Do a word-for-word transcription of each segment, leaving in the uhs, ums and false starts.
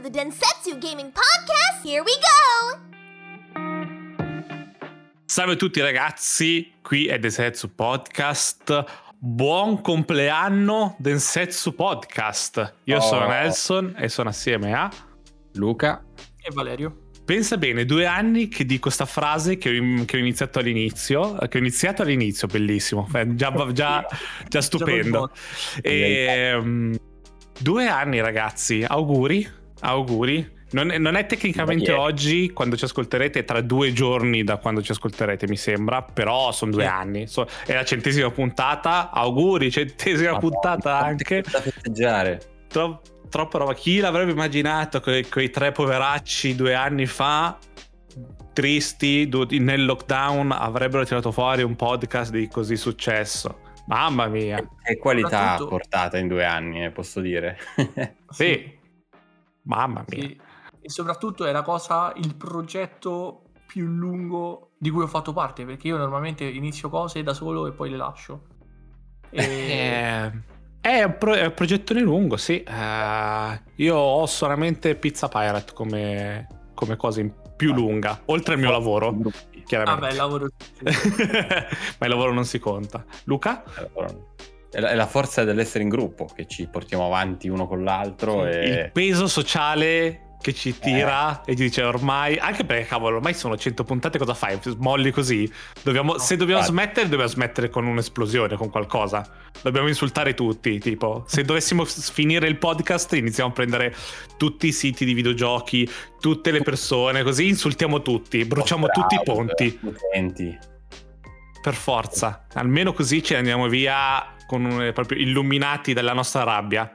the Densetsu Gaming Podcast. Here we go! Salve a tutti ragazzi, qui è Densetsu Podcast. Buon compleanno Densetsu Podcast. Io oh. sono Nelson e sono assieme a Luca e Valerio. Pensa bene, due anni che dico sta frase che ho, che ho iniziato all'inizio, che ho iniziato all'inizio, bellissimo, già, già, già stupendo. E, um, due anni ragazzi, auguri, auguri. Non è, non è tecnicamente oggi, quando ci ascolterete, è tra due giorni da quando ci ascolterete, mi sembra, però sono due sì. anni. So, è la centesima puntata, auguri, centesima Ma puntata no, anche. Da festeggiare. Tro- troppa roba. Chi l'avrebbe immaginato que- quei tre poveracci due anni fa, tristi, du- nel lockdown, avrebbero tirato fuori un podcast di così successo. Mamma mia. Che qualità ha portata in due anni, eh, posso dire. Sì. Mamma mia. Sì. E soprattutto è la cosa, il progetto più lungo di cui ho fatto parte, perché io normalmente inizio cose da solo e poi le lascio. E... Eh, è, un pro- è un progettone lungo, sì. Uh, io ho solamente Pizza Pirate come, come cosa in più lunga, oltre al mio lavoro, chiaramente. Ah beh, il lavoro ma il lavoro non si conta. Luca? È la, è la forza dell'essere in gruppo, che ci portiamo avanti uno con l'altro. Sì, e... il peso sociale che ci tira eh. e ci dice ormai, anche perché cavolo, ormai sono cento puntate, cosa fai? Smolli così? Dobbiamo, no, se dobbiamo infatti. smettere, dobbiamo smettere con un'esplosione, con qualcosa. Dobbiamo insultare tutti, tipo, se dovessimo finire il podcast iniziamo a prendere tutti i siti di videogiochi, tutte le persone, così insultiamo tutti, bruciamo oh, tutti bravo, i ponti. Utenti. Per forza, almeno così ci andiamo via con un, proprio illuminati dalla nostra rabbia,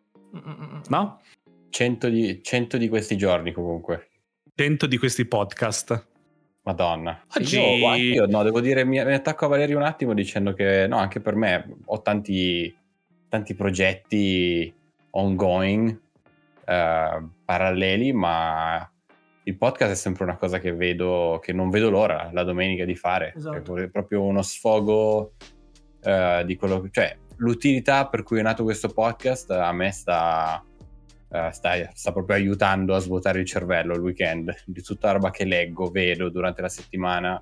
no? Cento di, cento di questi giorni comunque. Cento di questi podcast. Madonna. Oggi... Io, io no, devo dire, mi, mi attacco a Valerio un attimo dicendo che no, anche per me ho tanti, tanti progetti ongoing, eh, paralleli, ma il podcast è sempre una cosa che vedo, che non vedo l'ora la domenica di fare. Esatto. È proprio uno sfogo eh, di quello che... Cioè, l'utilità per cui è nato questo podcast a me sta... Uh, sta, sta proprio aiutando a svuotare il cervello il weekend di tutta la roba che leggo, vedo durante la settimana.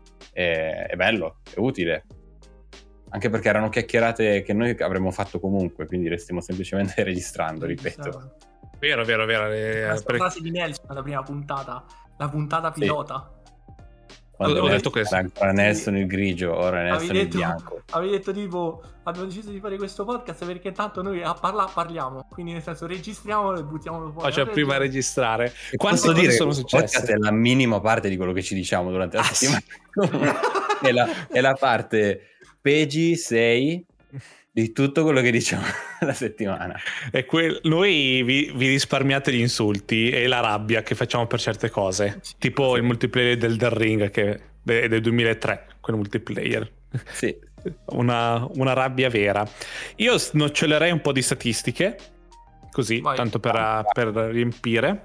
È, è bello, è utile, anche perché erano chiacchierate che noi avremmo fatto comunque, quindi le stiamo semplicemente registrando, ripeto. Vero, vero, vero. Le... La frase di Nelson la prima puntata, la puntata pilota. Sì. Quando ho detto questo. Ancora Nelson il grigio, ora Nelson il bianco. Avevi detto tipo, abbiamo deciso di fare questo podcast perché tanto noi a parlare parliamo, quindi nel senso registriamolo e buttiamolo fuori. Faccio prima registrare. Quanto dire sono successe? È la minima parte di quello che ci diciamo durante la ah, settimana. Sì. è, la, è la parte peggi sei di tutto quello che diciamo la settimana. E que- noi vi, vi risparmiate gli insulti e la rabbia che facciamo per certe cose, sì, tipo sì. il multiplayer del The Ring che è del duemilatré, quel multiplayer. Sì. Una, una rabbia vera. Io snocciolerei un po' di statistiche, così, vai, tanto per, vai. per riempire.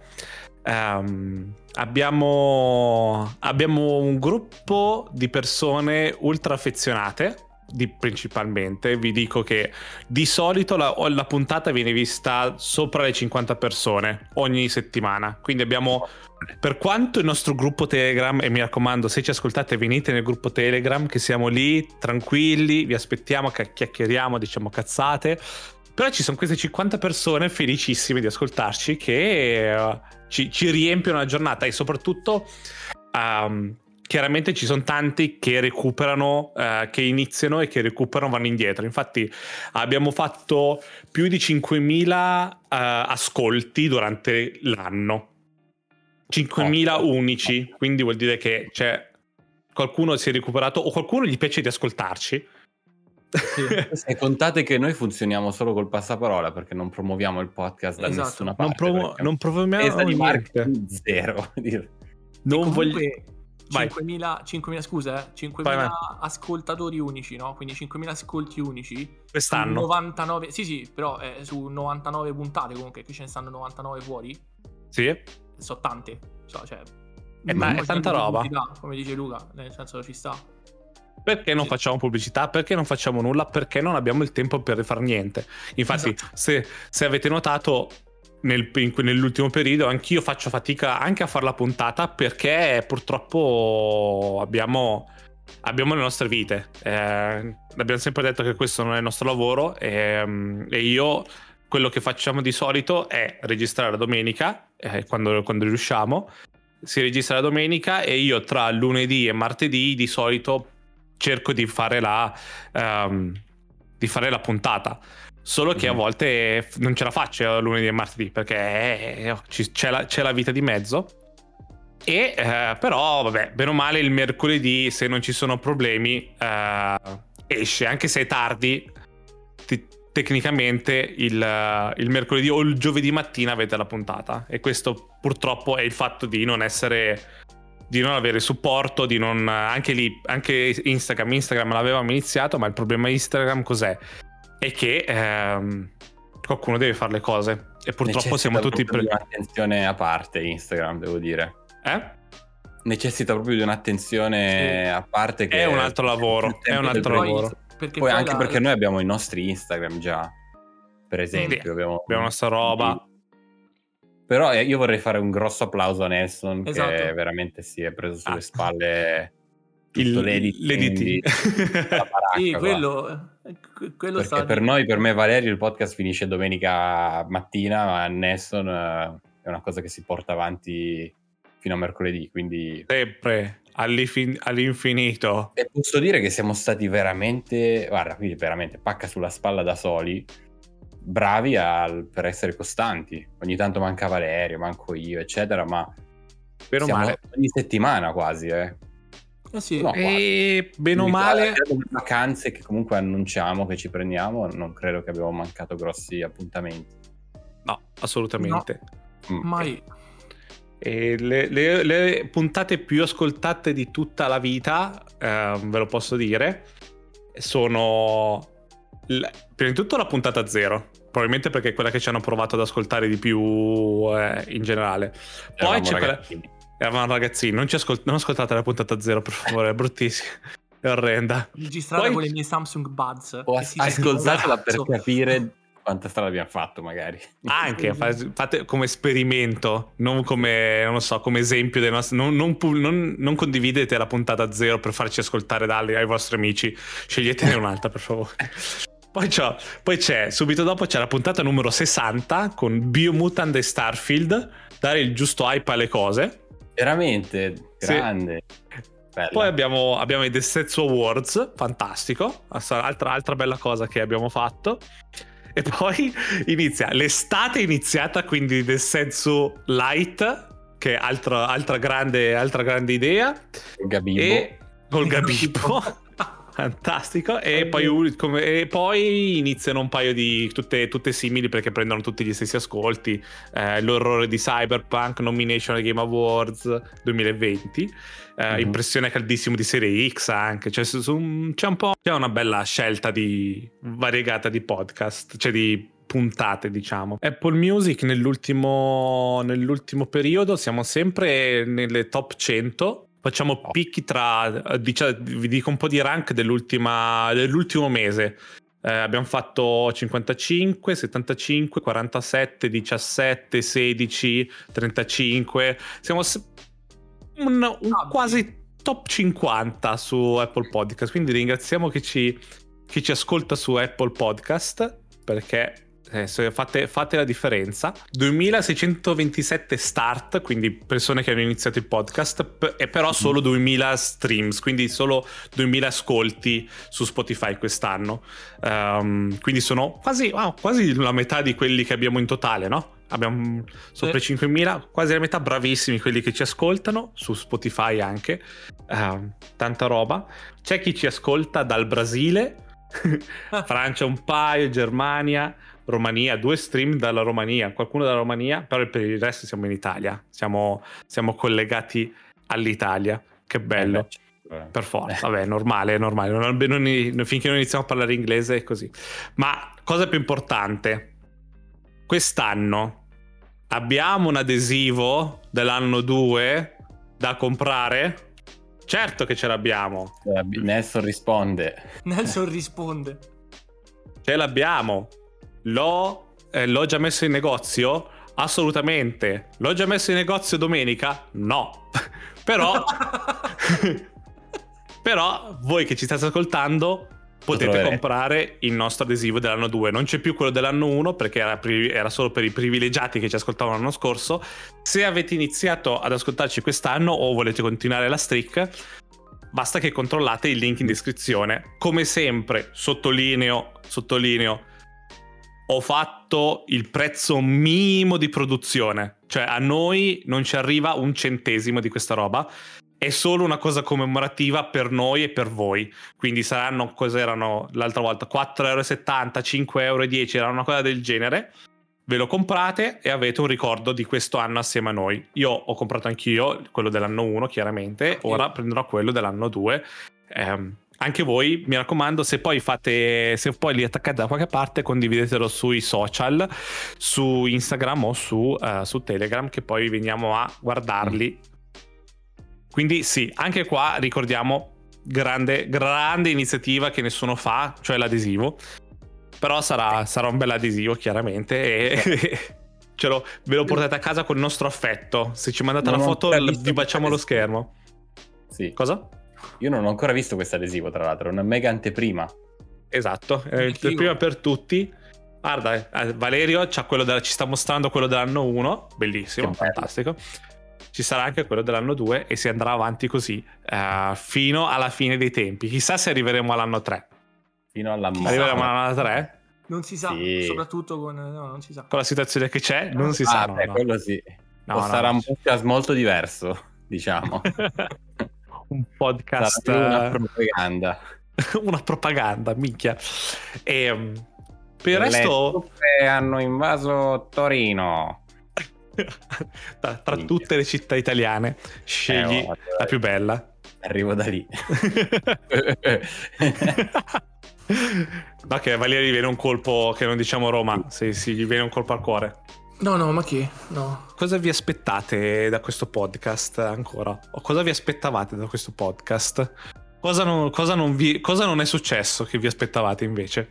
Um, abbiamo, abbiamo un gruppo di persone ultra affezionate. Di, principalmente vi dico che di solito la, la puntata viene vista sopra le cinquanta persone ogni settimana, quindi abbiamo, per quanto il nostro gruppo Telegram, e mi raccomando, se ci ascoltate venite nel gruppo Telegram, che siamo lì tranquilli, vi aspettiamo, chiacchieriamo, diciamo cazzate, però ci sono queste cinquanta persone felicissime di ascoltarci che uh, ci, ci riempiono la giornata, e soprattutto um, chiaramente ci sono tanti che recuperano, eh, che iniziano e che recuperano, vanno indietro. Infatti abbiamo fatto più di cinquemila eh, ascolti durante l'anno, cinquemila oh, unici, oh. Quindi vuol dire che c'è qualcuno si è recuperato o qualcuno gli piace di ascoltarci. Sì. E contate che noi funzioniamo solo col passaparola, perché non promuoviamo il podcast da esatto. nessuna parte. Non, provo- non promuoviamo di marketing zero. Non voglio... cinquemila, cinquemila scusa, eh, cinquemila vai, vai. Ascoltatori unici, no? Quindi cinquemila ascolti unici quest'anno. novantanove, sì, sì, però è su novantanove puntate comunque, che ce ne stanno novantanove fuori. Sì. Sono tante, so, cioè, è, ma è tanta roba. Come dice Luca, nel senso ci sta. Perché non sì. facciamo pubblicità? Perché non facciamo nulla? Perché non abbiamo il tempo per fare niente. Infatti, esatto. se, se avete notato, nel, in, nell'ultimo periodo anch'io faccio fatica anche a fare la puntata, perché purtroppo abbiamo, abbiamo le nostre vite. Eh, abbiamo sempre detto che questo non è il nostro lavoro, e, e io quello che facciamo di solito è registrare la domenica, eh, quando, quando riusciamo. Si registra la domenica e io tra lunedì e martedì di solito cerco di fare la um, di fare la puntata, solo che mm. a volte non ce la faccio lunedì e martedì, perché eh, c'è, la, c'è la vita di mezzo. E eh, però vabbè, bene o male il mercoledì, se non ci sono problemi, eh, esce, anche se è tardi. Ti, tecnicamente il, il mercoledì o il giovedì mattina avete la puntata, e questo purtroppo è il fatto di non essere, di non avere supporto, di non, anche lì, anche Instagram Instagram l'avevamo iniziato, ma il problema di Instagram cos'è? È che ehm, qualcuno deve fare le cose, e purtroppo necessita siamo tutti pre- di un'attenzione a parte. Instagram, devo dire, eh? necessita proprio di un'attenzione sì. a parte, che è un altro lavoro, è un altro lavoro. Perché poi, poi anche la... perché noi abbiamo i nostri Instagram già, per esempio, sì, abbiamo, abbiamo nostra roba. Però io vorrei fare un grosso applauso a Nelson, esatto. che veramente si è preso sulle ah. spalle tutto il, l'editing, sì, quello, quello perché sta per di... noi, per me Valerio, il podcast finisce domenica mattina, ma Nelson è una cosa che si porta avanti fino a mercoledì, quindi sempre all'infinito. E posso dire che siamo stati veramente, guarda, quindi veramente pacca sulla spalla da soli, bravi al, per essere costanti. Ogni tanto manca Valerio, manco io, eccetera, ma bene o male ogni settimana quasi, eh. Eh sì. No, e bene o male le vacanze che comunque annunciamo che ci prendiamo, non credo che abbiamo mancato grossi appuntamenti. No, assolutamente. No, mm. mai. E le, le, le puntate più ascoltate di tutta la vita, eh, ve lo posso dire, sono l- prima di tutto la puntata zero, probabilmente perché è quella che ci hanno provato ad ascoltare di più, eh, in generale. Poi c'è quella, eravamo ragazzini, non, ci ascolt- non ascoltate la puntata zero, per favore, è bruttissima, è orrenda. Registrata Poi... con le mie Samsung Buds, o as- ascoltatela per capire quanta strada abbiamo fatto, magari. Anche fate come esperimento, non come, non so, come esempio dei nostri, non, non, non, non condividete la puntata zero per farci ascoltare dagli, ai vostri amici, sceglietene un'altra per favore. Poi c'è, poi c'è, subito dopo c'è la puntata numero sessanta con Biomutant e Starfield, dare il giusto hype alle cose. Veramente, grande. Sì. Poi abbiamo, abbiamo i The Setsu Awards, fantastico, altra, altra bella cosa che abbiamo fatto. E poi inizia l'estate, iniziata, quindi del senso light, che è altra, altra, grande, altra grande idea. Gabibbo. E col Gabibbo. Fantastico. E poi, come, e poi iniziano un paio di tutte, tutte simili, perché prendono tutti gli stessi ascolti. Eh, l'orrore di Cyberpunk, nomination ai Game Awards duemilaventi. Eh, mm-hmm. Impressione caldissimo di Serie X anche, cioè, su, su, c'è un po', c'è una bella scelta di variegata di podcast, cioè di puntate, diciamo. Apple Music nell'ultimo nell'ultimo periodo siamo sempre nelle top cento, facciamo oh. picchi tra, diciamo, vi dico un po' di rank dell'ultima dell'ultimo mese. Eh, abbiamo fatto cinquantacinque, settantacinque, quarantasette, diciassette, sedici, trentacinque, siamo Un, un quasi top cinquanta su Apple Podcast, quindi ringraziamo chi ci, chi ci ascolta su Apple Podcast, perché eh, fate, fate la differenza. duemilaseicentoventisette start, quindi persone che hanno iniziato il podcast, p- e però solo duemila streams, quindi solo duemila ascolti su Spotify quest'anno, um, quindi sono quasi, wow, quasi la metà di quelli che abbiamo in totale, no? Abbiamo sopra i sì. cinquemila, quasi la metà, bravissimi quelli che ci ascoltano su Spotify anche, uh, tanta roba. C'è chi ci ascolta dal Brasile, Francia un paio, Germania, Romania, due stream dalla Romania, qualcuno dalla Romania, però per il resto siamo in Italia, siamo, siamo collegati all'Italia, che bello. Eh, per forza, vabbè, normale, normale, non, non, finché non iniziamo a parlare inglese è così. Ma cosa più importante, quest'anno abbiamo un adesivo dell'anno due da comprare? Certo che ce l'abbiamo. Nelson risponde. Nelson risponde. Ce l'abbiamo. L'ho, eh, l'ho già messo in negozio. Assolutamente. L'ho già messo in negozio domenica? No. Però però voi che ci state ascoltando potete comprare il nostro adesivo dell'anno due. Non c'è più quello dell'anno uno perché era, pri- era solo per i privilegiati che ci ascoltavano l'anno scorso. Se avete iniziato ad ascoltarci quest'anno o volete continuare la streak, basta che controllate il link in descrizione. Come sempre, sottolineo, sottolineo, ho fatto il prezzo minimo di produzione. Cioè a noi non ci arriva un centesimo di questa roba. È solo una cosa commemorativa per noi e per voi. Quindi saranno, cosa erano l'altra volta? quattro e settanta euro, cinque e dieci euro, era una cosa del genere. Ve lo comprate e avete un ricordo di questo anno assieme a noi. Io ho comprato anch'io quello dell'anno uno, chiaramente. Ora prenderò quello dell'anno due. Eh, anche voi, mi raccomando, se poi fate, se poi li attaccate da qualche parte, condividetelo sui social, su Instagram o su, uh, su Telegram, che poi veniamo a guardarli. Quindi sì, anche qua ricordiamo grande, grande iniziativa che nessuno fa, cioè l'adesivo. Però sarà, sarà un bel adesivo, chiaramente, e ce lo, ve lo portate a casa con il nostro affetto. Se ci mandate non la foto vi baciamo lo schermo. Sì. Cosa? Io non ho ancora visto questo adesivo, tra l'altro, è una mega anteprima. Esatto, è l'anteprima per tutti. Guarda, Valerio c'ha quello della, ci sta mostrando quello dell'anno uno, bellissimo, fantastico. Ci sarà anche quello dell'anno due e si andrà avanti così uh, fino alla fine dei tempi. Chissà se arriveremo all'anno tre. Fino alla morte. Arriveremo all'anno tre? Non si sa, sì. Soprattutto con, no, non si sa. Con la situazione che c'è, non si ah, sa. Beh, no, quello no. sì. No, o no, sarà no. un podcast molto diverso, diciamo. Un podcast. Sarà una propaganda. Una propaganda, minchia. E um, per il resto. Le truppe hanno invaso Torino. tra, tra tutte le città italiane, scegli eh, oh, la più bella. Arrivo da lì. Ma che Valerio gli viene un colpo, che non diciamo Roma, se sì, gli viene un colpo al cuore. No, no, ma che? No. Cosa vi aspettate da questo podcast ancora? O cosa vi aspettavate da questo podcast? Cosa non, cosa non, vi, cosa non è successo che vi aspettavate invece?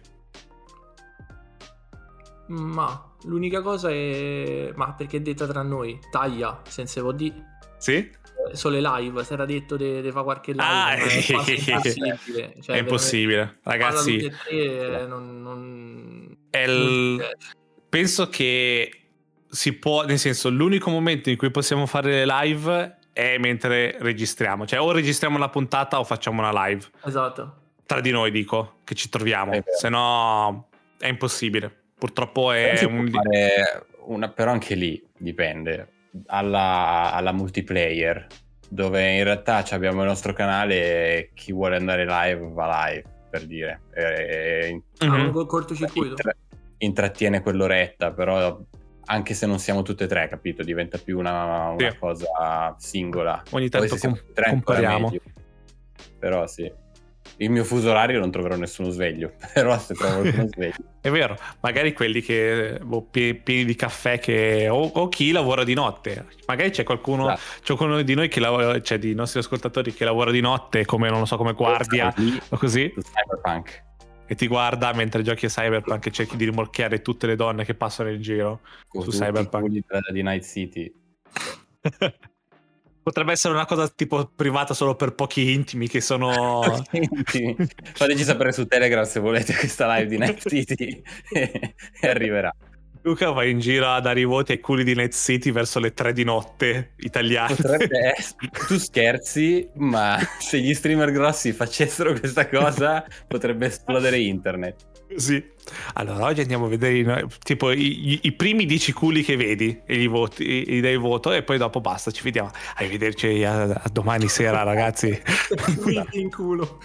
Ma l'unica cosa è... Ma perché è detta tra noi? Taglia, senza vuol dire. Sì? Solo le live, si era detto di fa qualche live. Ah, è impossibile. Cioè, è impossibile. Ragazzi. Tutte e tre, non, non... È il... Penso che si può, nel senso, l'unico momento in cui possiamo fare le live è mentre registriamo. Cioè o registriamo una puntata o facciamo una live. Esatto. Tra di noi dico, che ci troviamo. Se no è impossibile. Purtroppo è un... fare una, però anche lì dipende alla, alla multiplayer, dove in realtà abbiamo il nostro canale e chi vuole andare live va live, per dire, e, e, mm-hmm. un cortocircuito intra, intrattiene quell'oretta, però anche se non siamo tutte e tre, capito, diventa più una, una sì. cosa singola. Ogni tanto com- compariamo, però sì. Il mio fuso orario non troverò nessuno sveglio, però se trovo qualcuno sveglio. È vero, magari quelli che boh, pieni di caffè che o, o chi lavora di notte. Magari c'è qualcuno, esatto. c'è qualcuno di noi che lavora, cioè di nostri ascoltatori che lavora di notte, come non lo so, come guardia o così. Cyberpunk. E ti guarda mentre giochi a Cyberpunk e cerchi di rimorchiare tutte le donne che passano in giro con su Cyberpunk. Di Night City. Potrebbe essere una cosa tipo privata solo per pochi intimi che sono intimi. Fateci sapere su Telegram se volete questa live di Night City e arriverà. Luca va in giro a dare i voti ai culi di Night City verso le tre di notte italiane. Potrebbe, tu scherzi, ma se gli streamer grossi facessero questa cosa potrebbe esplodere internet. Sì. Allora oggi andiamo a vedere tipo i, i primi dieci culi che vedi e gli voti, gli dai il voto e poi dopo basta, ci vediamo. Arrivederci a, a domani sera, ragazzi. in culo.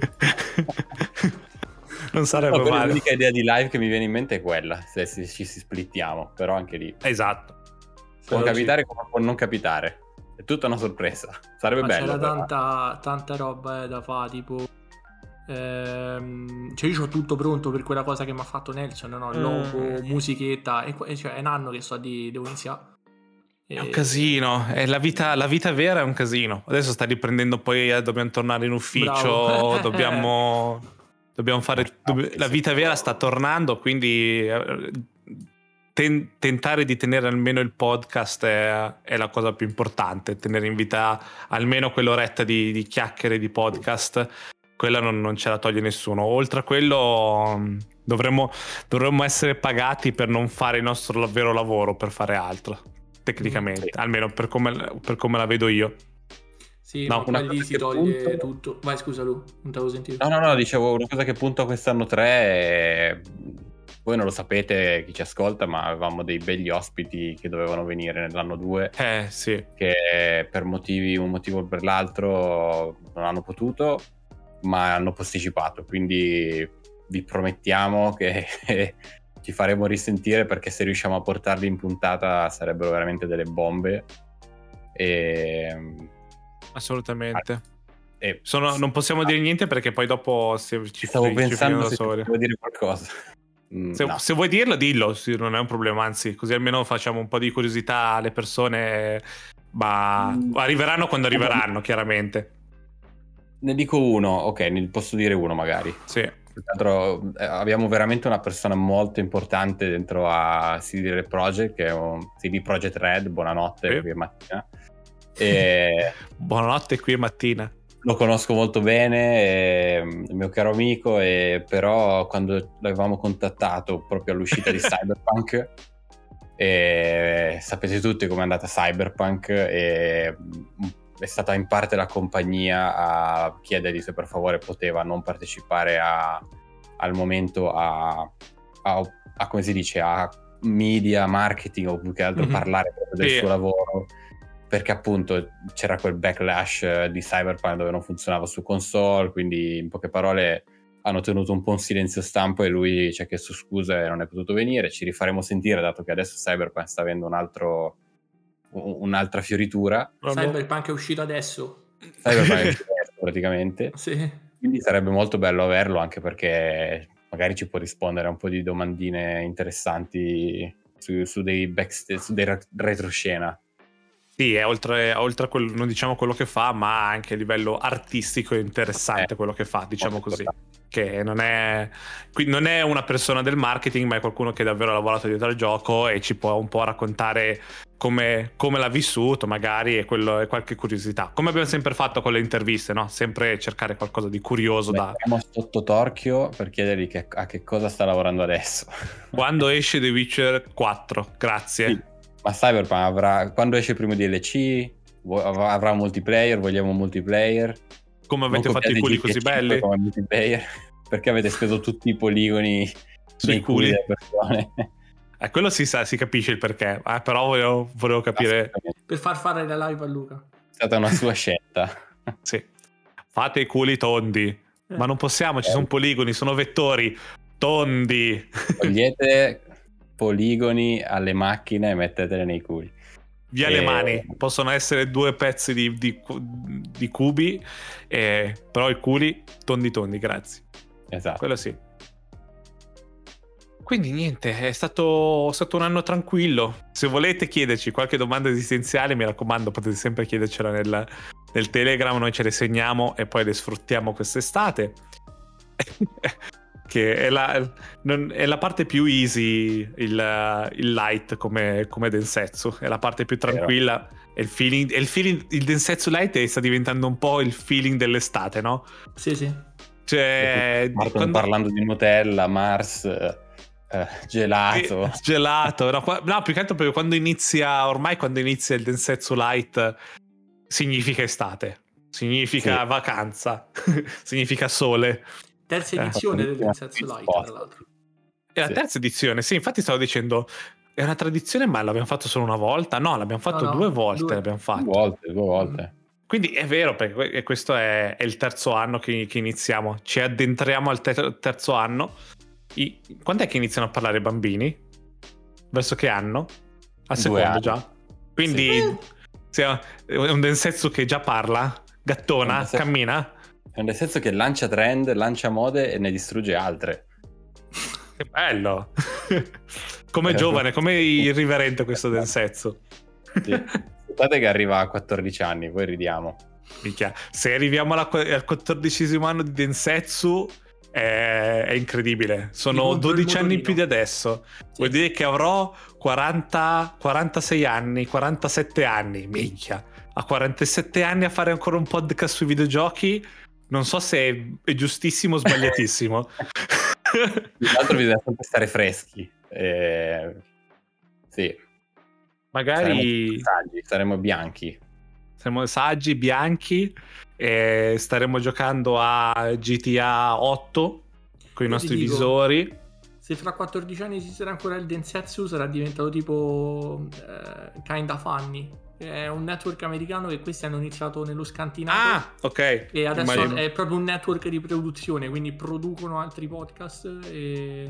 Non sarebbe no, male. L'unica idea di live che mi viene in mente è quella, se ci si, si splittiamo, però anche lì. Esatto. Può però capitare ci... come può non capitare. È tutta una sorpresa. Sarebbe ma bello. C'era tanta, tanta roba eh, da fare, tipo ehm, cioè io ho tutto pronto per quella cosa che mi ha fatto Nelson, no? Il logo, mm. musichetta, e cioè è un anno che so di devo iniziare. È un casino, è la vita, la vita vera è un casino. Adesso sta riprendendo, poi eh, dobbiamo tornare in ufficio, dobbiamo dobbiamo fare dobb- la vita vera sta tornando, quindi eh, ten- tentare di tenere almeno il podcast è, è la cosa più importante, tenere in vita almeno quell'oretta di, di chiacchiere di podcast, quella non, non ce la toglie nessuno. Oltre a quello dovremmo, dovremmo essere pagati per non fare il nostro vero lavoro, per fare altro, tecnicamente, sì. Almeno per come, per come la vedo io. Sì, no, ma lì si toglie punto... tutto. Vai, scusa Lu, non t'avevo sentito. No, no, no, dicevo una cosa che punto a quest'anno tre è... Voi non lo sapete, chi ci ascolta, ma avevamo dei begli ospiti che dovevano venire nell'anno due. Eh, sì. Che per motivi, un motivo o per l'altro, non hanno potuto, ma hanno posticipato. Quindi vi promettiamo che ci faremo risentire, perché se riusciamo a portarli in puntata sarebbero veramente delle bombe. E... Assolutamente. E... Sono, non possiamo dire niente perché poi dopo se ci stavo ci pensando ci se vuoi dire qualcosa. Se, no. se vuoi dirlo, dillo, sì, non è un problema, anzi, così almeno facciamo un po' di curiosità alle persone, ma mm. arriveranno quando arriveranno, chiaramente. Ne dico uno, ok, ne posso dire uno magari. Sì. Altro, abbiamo veramente una persona molto importante dentro a C D Projekt, che è un C D Projekt Red, buonanotte, sì. Qui è mattina. E... buonanotte, qui è mattina. Lo conosco molto bene, è il mio caro amico, e però quando l'avevamo contattato proprio all'uscita di Cyberpunk, e sapete tutti com'è andata Cyberpunk, e è stata in parte la compagnia a chiedergli se per favore poteva non partecipare a, al momento a, a, a come si dice, a media, marketing, o più che altro mm-hmm. parlare proprio del sì. suo lavoro, perché appunto c'era quel backlash di Cyberpunk dove non funzionava su console, quindi in poche parole hanno tenuto un po' un silenzio stampo e lui ci ha chiesto scusa e non è potuto venire. Ci rifaremo sentire, dato che adesso Cyberpunk sta avendo un altro, un'altra fioritura. Cyberpunk è uscito adesso. Cyberpunk è uscito adesso praticamente. Sì. Quindi sarebbe molto bello averlo, anche perché magari ci può rispondere a un po' di domandine interessanti su, su dei backstage, su dei retroscena. Sì, è oltre, oltre a quello, non diciamo quello che fa, ma anche a livello artistico è interessante eh, quello che fa, diciamo così. Che non è, non è una persona del marketing, ma è qualcuno che davvero ha lavorato dietro al gioco e ci può un po' raccontare come, come l'ha vissuto, magari, e, quello, e qualche curiosità. Come abbiamo sempre fatto con le interviste, no? Sempre cercare qualcosa di curioso. Beh, da... Siamo sotto torchio per chiedergli che, a che cosa sta lavorando adesso. Quando esce The Witcher quattro, grazie. Sì. Ma Cyberpunk avrà, quando esce il primo D L C, avrà un multiplayer, vogliamo un multiplayer. Come avete fatto i culi così belli? Come multiplayer, perché avete speso tutti i poligoni sui culi delle persone. Eh, quello si sa, si capisce il perché, eh, però volevo, volevo capire. Per far fare la live a Luca. È stata una sua scelta. Sì. Fate i culi tondi. Eh. Ma non possiamo, ci eh. sono poligoni, sono vettori tondi. Togliete poligoni alle macchine e mettetele nei culi. Via e... le mani, possono essere due pezzi di, di, di cubi, eh, però i culi tondi tondi, grazie. Esatto. Quello sì. Quindi niente, è stato, è stato un anno tranquillo. Se volete chiederci qualche domanda esistenziale, mi raccomando, potete sempre chiedercela nel, nel Telegram, noi ce le segniamo e poi le sfruttiamo quest'estate. Che è la, non, è la parte più easy, il, il light come, come Densetsu, è la parte più tranquilla. È il feeling, è il feeling, il Densetsu light sta diventando un po' il feeling dell'estate, no? Sì, sì. Cioè, quando... parlando di Nutella, Mars, eh, gelato. Eh, gelato, no, no, più che altro perché quando inizia, ormai quando inizia il Densetsu light significa estate, significa sì. vacanza, significa sole. Terza edizione eh, del Densetsu Light, tra l'altro. È la terza edizione, sì, infatti stavo dicendo, è una tradizione, ma l'abbiamo fatto solo una volta? No, l'abbiamo fatto no, no, due volte, due. l'abbiamo fatto. Due volte, due volte. Quindi è vero, perché questo è, è il terzo anno che, che iniziamo, ci addentriamo al ter- terzo anno. I, quando è che iniziano a parlare i bambini? Verso che anno? Al secondo già? Quindi sì. È un Densetsu che già parla, gattona, Densetsu. cammina. È un senso che lancia trend, lancia mode e ne distrugge altre. Che bello! Come giovane, come irriverente questo Densetsu. Sì. Aspettate che arriva a quattordici anni, poi ridiamo. Minchia. Se arriviamo alla, al quattordicesimo anno di Densetsu, è, è incredibile. Sono dodici anni in più di adesso. Sì. Vuol dire che avrò quaranta, quarantasei anni, quarantasette anni, minchia. A quarantasette anni a fare ancora un podcast sui videogiochi, non so se è, è giustissimo o sbagliatissimo. Tra l'altro bisogna sempre stare freschi. Eh, sì. Magari saremo saggi, saremo bianchi. Saremo saggi, bianchi, e staremo giocando a G T A otto con i nostri dico, visori. Se fra quattordici anni ci sarà ancora il Densetsu, sarà diventato tipo eh, Kinda Funny. È un network americano che questi hanno iniziato nello scantinato. Ah, ok. E adesso Immagino. È proprio un network di produzione, quindi producono altri podcast e,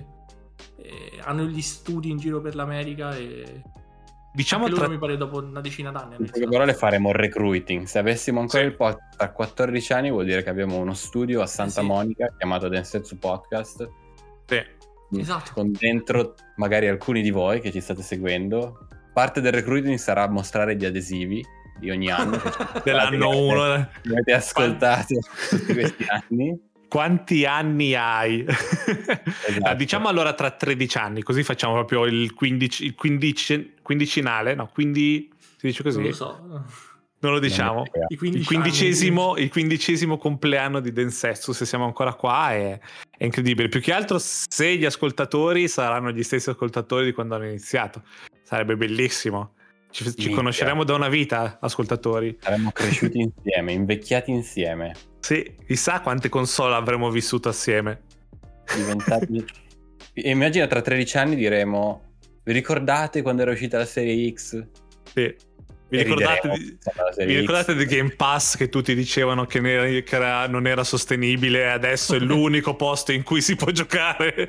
e hanno gli studi in giro per l'America e diciamo anche tra... loro mi pare dopo una decina d'anni. In poche parole faremo recruiting. Se avessimo ancora sì. il podcast a quattordici anni vuol dire che abbiamo uno studio a Santa sì. Monica chiamato Densetsu Podcast. Sì. Esatto. Con dentro magari alcuni di voi che ci state seguendo. Parte del recruiting sarà mostrare gli adesivi di ogni anno dell'anno uno che avete ascoltato tutti questi anni. Quanti anni hai? Esatto. Diciamo allora tra tredici anni, così facciamo proprio il quindici, il quindici, quindicinale, no, quindi si dice così? Non lo so. Non lo diciamo. Non il, quindicesimo, il quindicesimo compleanno di Densetsu, se siamo ancora qua, è, è incredibile. Più che altro se gli ascoltatori saranno gli stessi ascoltatori di quando hanno iniziato. Sarebbe bellissimo. Ci, ci conosceremo da una vita, ascoltatori. Saremmo cresciuti insieme, invecchiati insieme. Sì, chissà quante console avremmo vissuto assieme. Diventati... Immagina tra tredici anni diremo: vi ricordate quando era uscita la serie X? Sì. Vi ricordate, di, vi ricordate del Game Pass che tutti dicevano che, ne, che era, non era sostenibile e adesso è l'unico posto in cui si può giocare?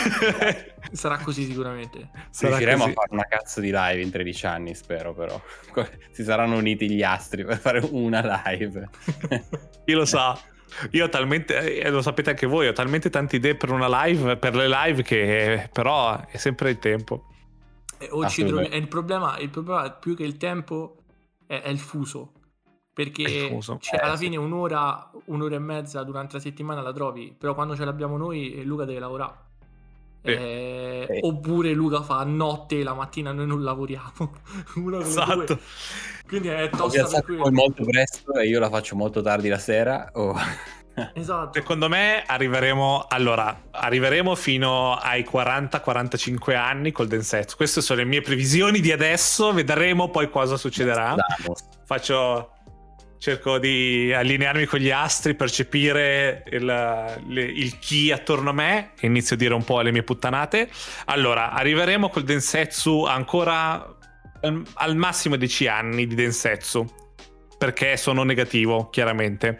Sarà così sicuramente. Sarà riusciremo così. A fare una cazzo di live in tredici anni, spero, però. Si saranno uniti gli astri per fare una live. Chi lo sa? Io ho talmente, eh, lo sapete anche voi, ho talmente tante idee per una live, per le live, che però è sempre il tempo. O ci trovi, è il problema, il problema più che il tempo è, è il fuso, perché il fuso. Cioè, eh, alla sì. fine un'ora, un'ora e mezza durante la settimana la trovi, però quando ce l'abbiamo noi Luca deve lavorare. Sì. Eh, sì. Oppure Luca fa notte e la mattina noi non lavoriamo. Una esatto. Due. Quindi è tosta per quello. Molto presto e io la faccio molto tardi la sera. Oh. Esatto. Secondo me arriveremo allora arriveremo fino ai quaranta quarantacinque anni col Densetsu. Queste sono le mie previsioni di adesso, vedremo poi cosa succederà. Faccio cerco di allinearmi con gli astri, percepire il, le, il chi attorno a me e inizio a dire un po' le mie puttanate. Allora arriveremo col Densetsu ancora al, al massimo dieci anni di Densetsu, perché sono negativo chiaramente.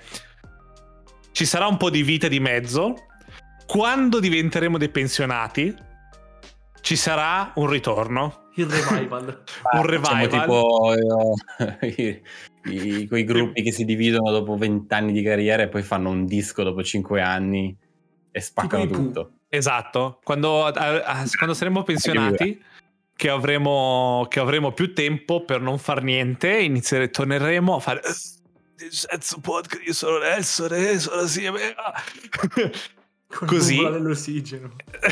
Ci sarà un po' di vita di mezzo. Quando diventeremo dei pensionati ci sarà un ritorno. Il revival. Ah, un revival. Tipo eh, i, i, quei gruppi che si dividono dopo vent'anni di carriera e poi fanno un disco dopo cinque anni e spaccano tutto. Esatto. Quando, a, a, quando saremo pensionati, che avremo, che avremo più tempo per non far niente, inizieremo, torneremo a fare... Densetsu podcast, io sono Nelson e sono assieme a... così l'ossigeno.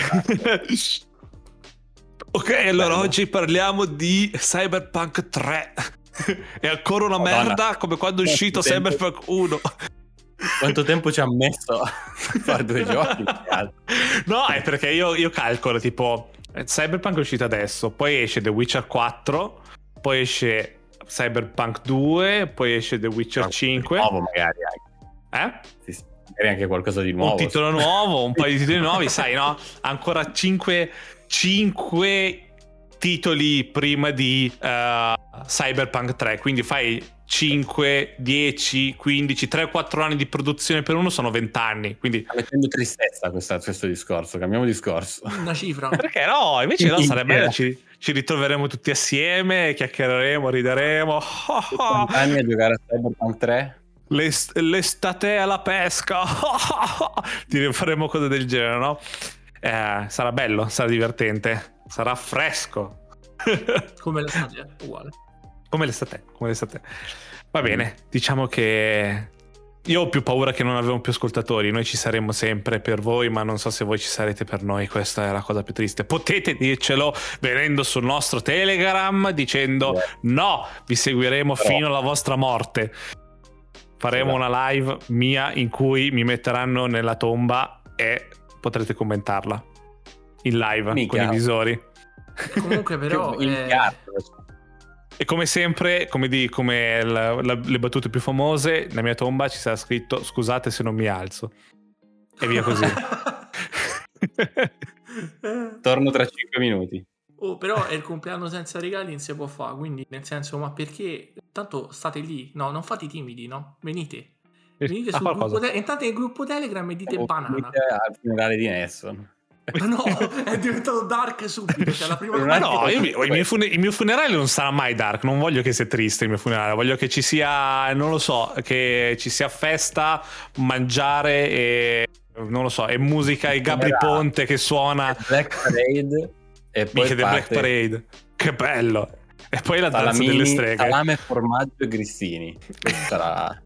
Ok, allora bello. Oggi parliamo di Cyberpunk tre. È ancora una Madonna. merda come quando è uscito tempo... Cyberpunk uno. Quanto tempo ci ha messo a fare due giochi? No, è perché io, io calcolo tipo Cyberpunk è uscito adesso, poi esce The Witcher quattro, poi esce Cyberpunk due, poi esce The Witcher cinque. Nuovo magari anche. Eh? Sì, magari anche qualcosa di nuovo. Un titolo nuovo, un paio di titoli nuovi, sai, no? Ancora cinque titoli prima di uh, Cyberpunk tre, quindi fai cinque, dieci, quindici, tre o quattro anni di produzione per uno sono venti anni, quindi sta mettendo tristezza questa, questo discorso, cambiamo discorso. Una cifra. Perché no? Invece no, sarebbe bello, ci, ci ritroveremo tutti assieme, chiacchiereremo, rideremo. Quanti anni a giocare a Cyberpunk tre? L'est- l'estate alla pesca. Ti faremo cose del genere, no? Eh, sarà bello, sarà divertente, sarà fresco. Come l'estate, uguale. Come l'estate, come l'estate. Va bene, diciamo che io ho più paura che non avevamo più ascoltatori. Noi ci saremo sempre per voi, ma non so se voi ci sarete per noi. Questa è la cosa più triste. Potete dircelo venendo sul nostro Telegram dicendo yeah. no, vi seguiremo Però... fino alla vostra morte. Faremo sì, una live mia in cui mi metteranno nella tomba e potrete commentarla in live Mica. con i visori. Comunque però eh... E come sempre, come, di, come la, la, le battute più famose, nella mia tomba ci sarà scritto scusate se non mi alzo. E via così. Torno tra cinque minuti. Oh, però è il compleanno senza regali, non si può fare, quindi nel senso, ma perché? Tanto state lì, no, non fate i timidi, no? Venite. Venite sul gruppo te- entrate nel gruppo Telegram e dite oh, banana. Al funerale di Nesson. Ma no, è diventato dark subito. Cioè la prima ma no, io, il, mio fune- il mio funerale non sarà mai dark. Non voglio che sia triste il mio funerale. Voglio che ci sia, non lo so, che ci sia festa, mangiare e non lo so, e musica e Gabri Ponte che suona Black Parade e poi Mica Black Parade. Che bello. E poi la danza Salamini, delle streghe. Salame, formaggio e grissini. Questa sarà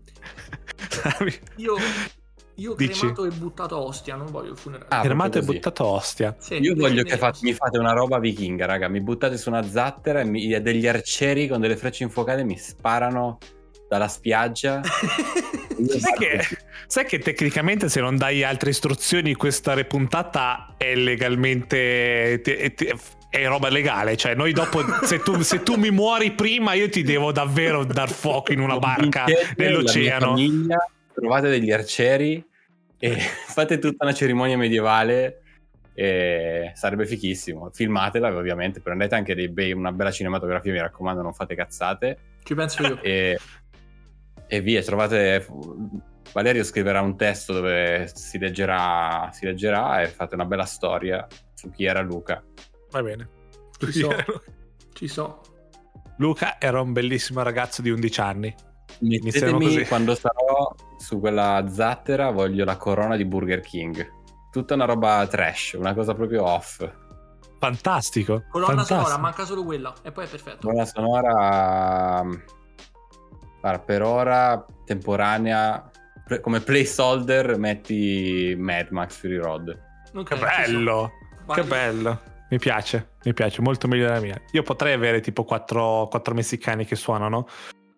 io Io ho Dici? cremato e buttato ostia, non voglio il funerale. Ah, cremato e buttato ostia. Sì, io voglio che fate, mi fate una roba vichinga, raga. Mi buttate su una zattera e mi, degli arcieri con delle frecce infuocate mi sparano dalla spiaggia. sai, che, sai che tecnicamente se non dai altre istruzioni questa repuntata è legalmente... È, è, è roba legale, cioè noi dopo se tu, se tu mi muori prima io ti devo davvero dar fuoco in una barca nell'oceano. La mia famiglia, trovate degli arcieri e fate tutta una cerimonia medievale e sarebbe fichissimo. Filmatela ovviamente, prendete anche dei bei, una bella cinematografia, mi raccomando, non fate cazzate. Ci penso io. E, e via, trovate... Valerio scriverà un testo dove si leggerà, si leggerà e fate una bella storia su chi era Luca. Va bene. Ci so. Ci so. Luca era un bellissimo ragazzo di undici anni. Mettetemi quando sarò su quella zattera, voglio la corona di Burger King. Tutta una roba trash, una cosa proprio off. Fantastico. Colonna fantastico. sonora, manca solo quella e poi è perfetto. Colonna sonora guarda, per ora temporanea, come placeholder metti Mad Max Fury Road. Okay, che bello. Che bello. Mi piace, mi piace, molto meglio della mia. Io potrei avere tipo quattro, quattro messicani che suonano.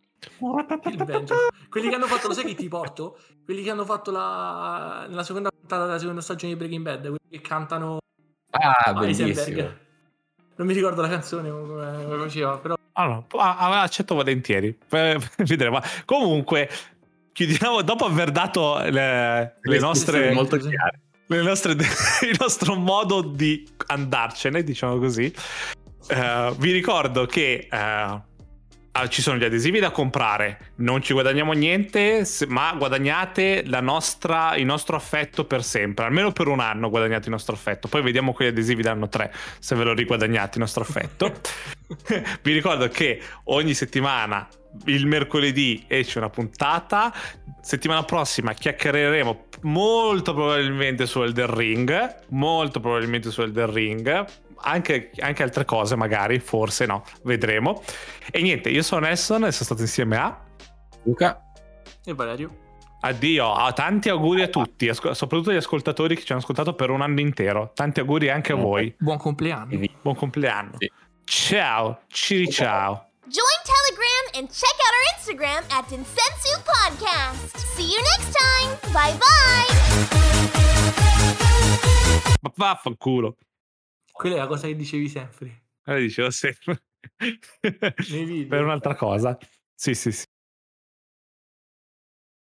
Il Benjo. Quelli che hanno fatto, lo sai che ti porto? Quelli che hanno fatto la nella seconda puntata della seconda stagione di Breaking Bad, quelli che cantano ah, bellissimo. Non mi ricordo la canzone come, come faceva, però allora, accetto volentieri. Vedremo. Comunque, chiudiamo dopo aver dato le, le nostre molto chiare. Le nostre, il nostro modo di andarcene, diciamo così. Uh, vi ricordo che uh, ci sono gli adesivi da comprare, non ci guadagniamo niente, se, ma guadagnate la nostra, il nostro affetto per sempre, almeno per un anno guadagnate il nostro affetto, poi vediamo quegli adesivi danno tre se ve lo riguadagnate il nostro affetto. Vi ricordo che ogni settimana il mercoledì esce una puntata, settimana prossima chiacchiereremo molto probabilmente su Elden Ring, molto probabilmente su Elden Ring, anche, anche altre cose magari, forse no, vedremo. E niente, io sono Nesson e sono stato insieme a Luca e Valerio. Addio, ah, tanti auguri a tutti, asco- soprattutto agli ascoltatori che ci hanno ascoltato per un anno intero. Tanti auguri anche a voi. Buon compleanno. Buon compleanno. Sì. Ciao, ci ciao. Join Telegram and check out our Instagram at Densensu Podcast. See you next time. Bye bye. Ma vaffanculo. Quella è la cosa che dicevi sempre. La dicevo sempre. Per un'altra cosa. Sì, sì, sì.